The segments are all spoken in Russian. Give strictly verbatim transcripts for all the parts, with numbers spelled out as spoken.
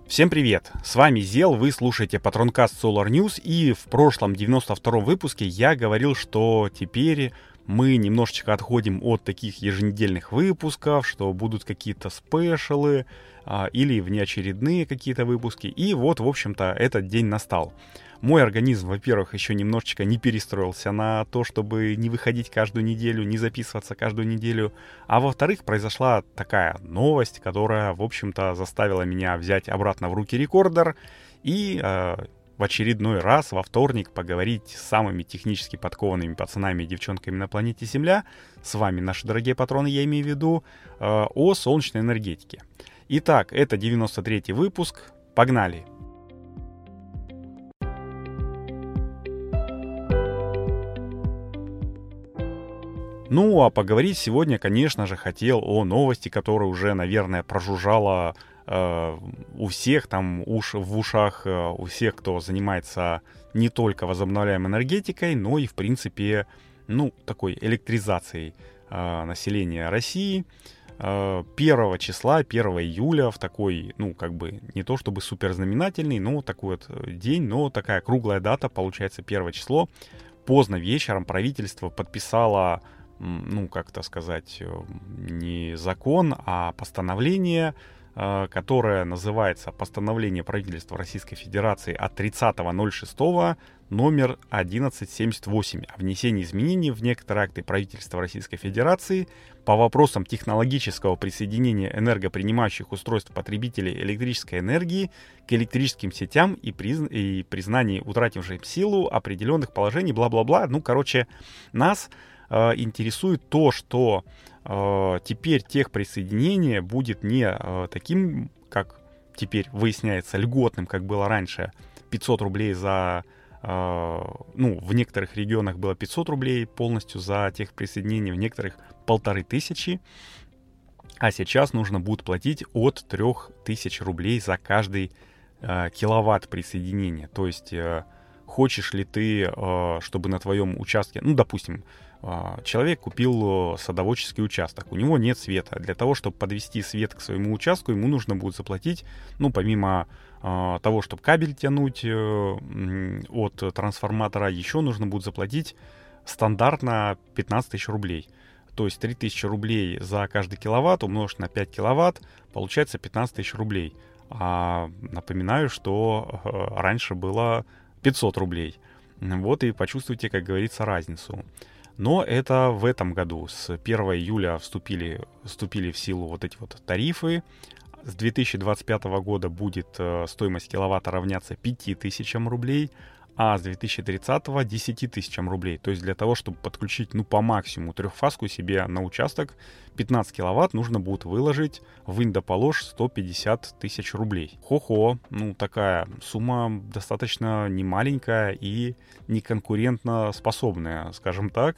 Всем привет! С вами Зел, вы слушаете Patroncast Solar News, и в прошлом девяносто втором выпуске я говорил, что теперь мы немножечко отходим от таких еженедельных выпусков, что будут какие-то спешалы а, или внеочередные какие-то выпуски, и вот, в общем-то, этот день настал. Мой организм, во-первых, еще немножечко не перестроился на то, чтобы не выходить каждую неделю, не записываться каждую неделю. А во-вторых, произошла такая новость, которая, в общем-то, заставила меня взять обратно в руки рекордер и э, в очередной раз во вторник поговорить с самыми технически подкованными пацанами и девчонками на планете Земля, с вами, наши дорогие патроны, я имею в виду, э, о солнечной энергетике. Итак, это девяносто третий выпуск. Погнали! Ну, а поговорить сегодня, конечно же, хотел о новости, которая уже, наверное, прожужжала э, у всех, там, уш, в ушах, э, у всех, кто занимается не только возобновляемой энергетикой, но и, в принципе, ну, такой электризацией э, населения России. Э, первого числа, первого июля, в такой, ну, как бы, не то чтобы суперзнаменательный, но такой вот день, но такая круглая дата, получается, первое число. Поздно вечером правительство подписало, ну, как это сказать, не закон, а постановление, которое называется «Постановление правительства Российской Федерации от тридцатого ноль шестого номер одиннадцать семьдесят восемь о внесении изменений в некоторые акты правительства Российской Федерации по вопросам технологического присоединения энергопринимающих устройств потребителей электрической энергии к электрическим сетям и, призн... и признании утративших силу определенных положений, бла-бла-бла». Ну, короче, нас э, интересует то, что э, теперь техприсоединение будет не э, таким, как теперь выясняется, льготным, как было раньше, пятьсот рублей за... Ну, в некоторых регионах было пятьсот рублей полностью за техприсоединение, в некоторых полторы тысячи. А сейчас нужно будет платить от трех тысяч рублей за каждый э, киловатт присоединения. То есть, э, хочешь ли ты, э, чтобы на твоем участке, ну, допустим, э, человек купил садоводческий участок, у него нет света. Для того, чтобы подвести свет к своему участку, ему нужно будет заплатить, ну, помимо того, чтобы кабель тянуть от трансформатора, еще нужно будет заплатить стандартно пятнадцать тысяч рублей. То есть три тысячи рублей за каждый киловатт умножить на пять киловатт, получается пятнадцать тысяч рублей. А напоминаю, что раньше было пятьсот рублей. Вот и почувствуйте, как говорится, разницу. Но это в этом году. С первого июля вступили, вступили в силу вот эти вот тарифы. С две тысячи двадцать пятого года будет э, стоимость киловатта равняться пяти тысячам рублей, а с две тысячи тридцатого десяти тысячам рублей. То есть для того, чтобы подключить, ну, по максимуму трехфазку себе на участок, пятнадцать киловатт нужно будет выложить, вынь да положь, сто пятьдесят тысяч рублей. Хо-хо, ну, такая сумма достаточно немаленькая и неконкурентно способная, скажем так.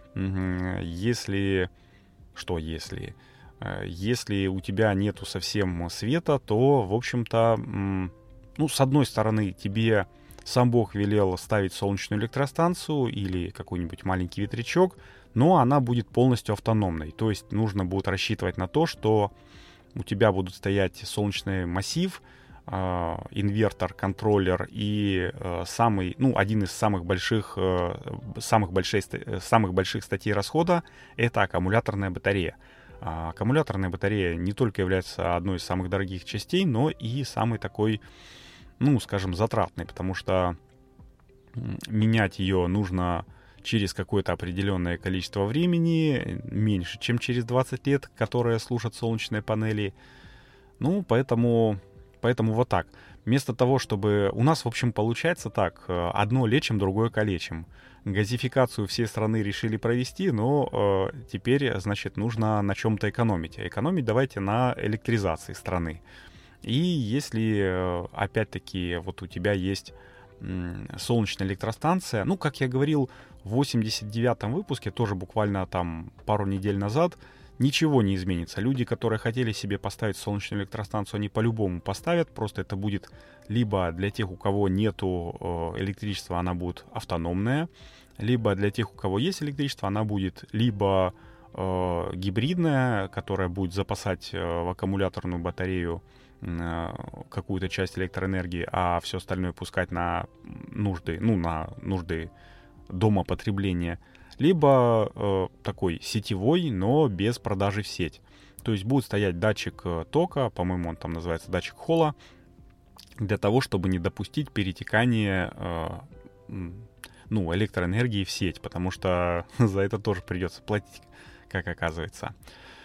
Если... Что если... Если у тебя нету совсем света, то, в общем-то, ну, с одной стороны, тебе сам Бог велел ставить солнечную электростанцию или какой-нибудь маленький ветрячок, но она будет полностью автономной. То есть нужно будет рассчитывать на то, что у тебя будут стоять солнечный массив, э, инвертор, контроллер и э, самый, ну, один из самых больших, э, самых больших, самых больших статей расхода — это аккумуляторная батарея. А аккумуляторная батарея не только является одной из самых дорогих частей, но и самой такой, ну, скажем, затратной, потому что менять ее нужно через какое-то определенное количество времени, меньше, чем через двадцать лет, которые служат солнечные панели. Ну, поэтому, поэтому вот так. Вместо того, чтобы... У нас, в общем, получается так. Одно лечим, другое калечим. Газификацию всей страны решили провести, но э, теперь, значит, нужно на чем-то экономить. А экономить давайте на электризации страны. И если, э, опять-таки, вот у тебя есть э, солнечная электростанция, ну, как я говорил в восемьдесят девятом выпуске, тоже буквально там пару недель назад, ничего не изменится. Люди, которые хотели себе поставить солнечную электростанцию, они по-любому поставят. Просто это будет либо для тех, у кого нету э, электричества, она будет автономная, либо для тех, у кого есть электричество, она будет либо э, гибридная, которая будет запасать э, в аккумуляторную батарею какую-то часть электроэнергии, а все остальное пускать на нужды, ну, на нужды дома потребления, либо э, такой сетевой, но без продажи в сеть. То есть будет стоять датчик тока, по-моему, он там называется датчик Холла, для того, чтобы не допустить перетекания э, ну, электроэнергии в сеть, потому что за это тоже придется платить, как оказывается.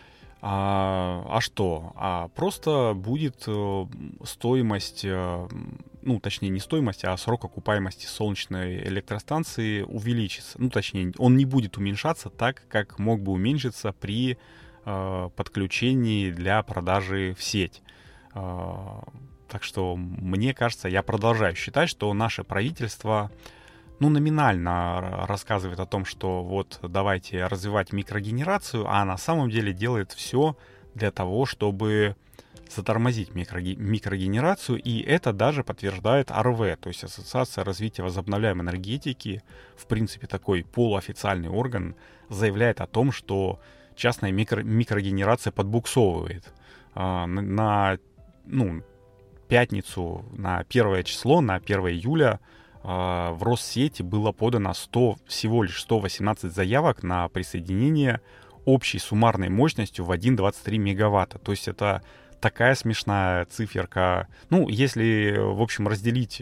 А, а что? А просто будет э, стоимость, э, ну, точнее, не стоимость, а срок окупаемости солнечной электростанции увеличится. Ну, точнее, он не будет уменьшаться так, как мог бы уменьшиться при э, подключении для продажи в сеть. Э, так что, мне кажется, я продолжаю считать, что наше правительство, ну, номинально рассказывает о том, что вот давайте развивать микрогенерацию, а на самом деле делает все для того, чтобы затормозить микроге- микрогенерацию, и это даже подтверждает ар вэ, то есть Ассоциация развития возобновляемой энергетики, в принципе такой полуофициальный орган, заявляет о том, что частная микро- микрогенерация подбуксовывает. А, на, на ну, пятницу, на первое число, на первое июля в Россети было подано сто, всего лишь сто восемнадцать заявок на присоединение общей суммарной мощностью в один целых двадцать три мегаватта. То есть это такая смешная циферка. Ну, если, в общем, разделить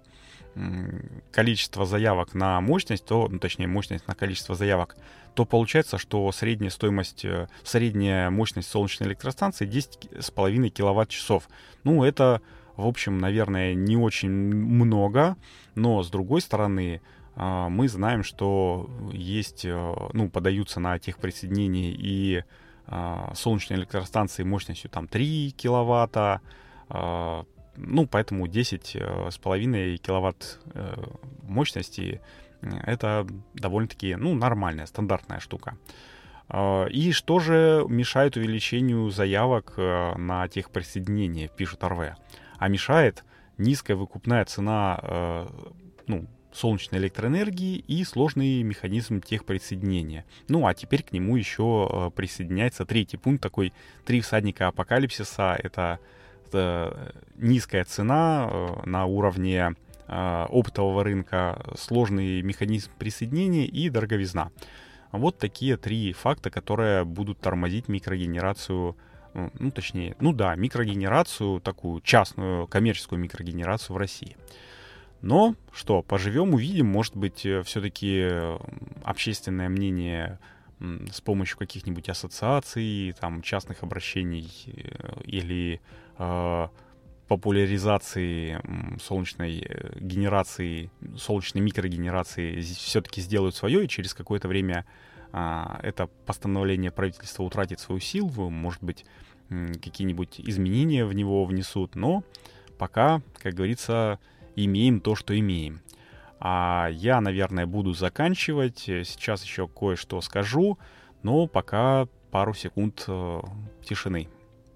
количество заявок на мощность, то, ну, точнее, мощность на количество заявок, то получается, что средняя стоимость, средняя мощность солнечной электростанции десять с половиной киловатт-часов. Ну, это, в общем, наверное, не очень много, но, с другой стороны, мы знаем, что есть, ну, подаются на техприсоединение и солнечные электростанции мощностью там три киловатта, ну, поэтому десять с половиной киловатт мощности — это довольно-таки, ну, нормальная, стандартная штука. И что же мешает увеличению заявок на техприсоединение, пишет ар вэ? А мешает низкая выкупная цена, ну, солнечной электроэнергии и сложный механизм техприсоединения. Ну, а теперь к нему еще присоединяется третий пункт, такой три всадника апокалипсиса. Это, это низкая цена на уровне оптового рынка, сложный механизм присоединения и дороговизна. Вот такие три факта, которые будут тормозить микрогенерацию, ну, точнее, ну да, микрогенерацию, такую частную коммерческую микрогенерацию в России. Но что, поживем, увидим. Может быть, все-таки общественное мнение с помощью каких-нибудь ассоциаций, там, частных обращений или э, популяризации солнечной генерации, солнечной микрогенерации все-таки сделают свое, и через какое-то время э, это постановление правительства утратит свою силу, может быть, какие-нибудь изменения в него внесут, но пока, как говорится, имеем то, что имеем. А я, наверное, буду заканчивать. Сейчас еще кое-что скажу, но пока пару секунд э, тишины.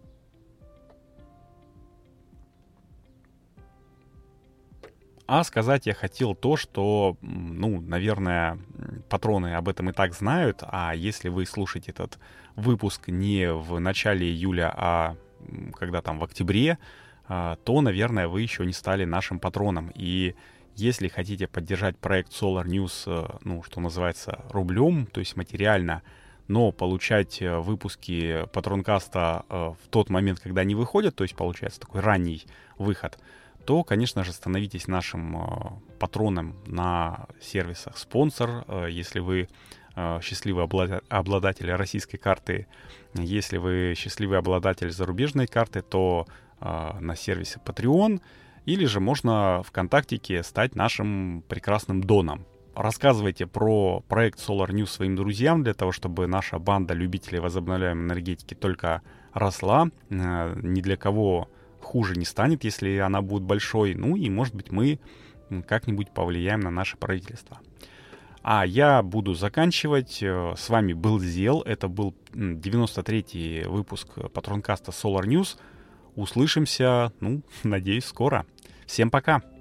А сказать я хотел то, что, ну, наверное, патроны об этом и так знают, а если вы слушаете этот выпуск не в начале июля, а когда там в октябре, то, наверное, вы еще не стали нашим патроном. И если хотите поддержать проект Solar News, ну, что называется, рублем, то есть материально, но получать выпуски Патронкаста в тот момент, когда они выходят, то есть получается такой ранний выход, то, конечно же, становитесь нашим патроном на сервисах спонсор, если вы счастливый обладатель российской карты. Если вы счастливый обладатель зарубежной карты, то на сервисе Patreon, или же можно ВКонтактике стать нашим прекрасным доном. Рассказывайте про проект Solar News своим друзьям, для того, чтобы наша банда любителей возобновляемой энергетики только росла. Ни для кого хуже не станет, если она будет большой. Ну и, может быть, мы как-нибудь повлияем на наше правительство. А я буду заканчивать. С вами был Зел. Это был девяносто третий выпуск Патронкаста Solar News. Услышимся, ну, надеюсь, скоро. Всем пока!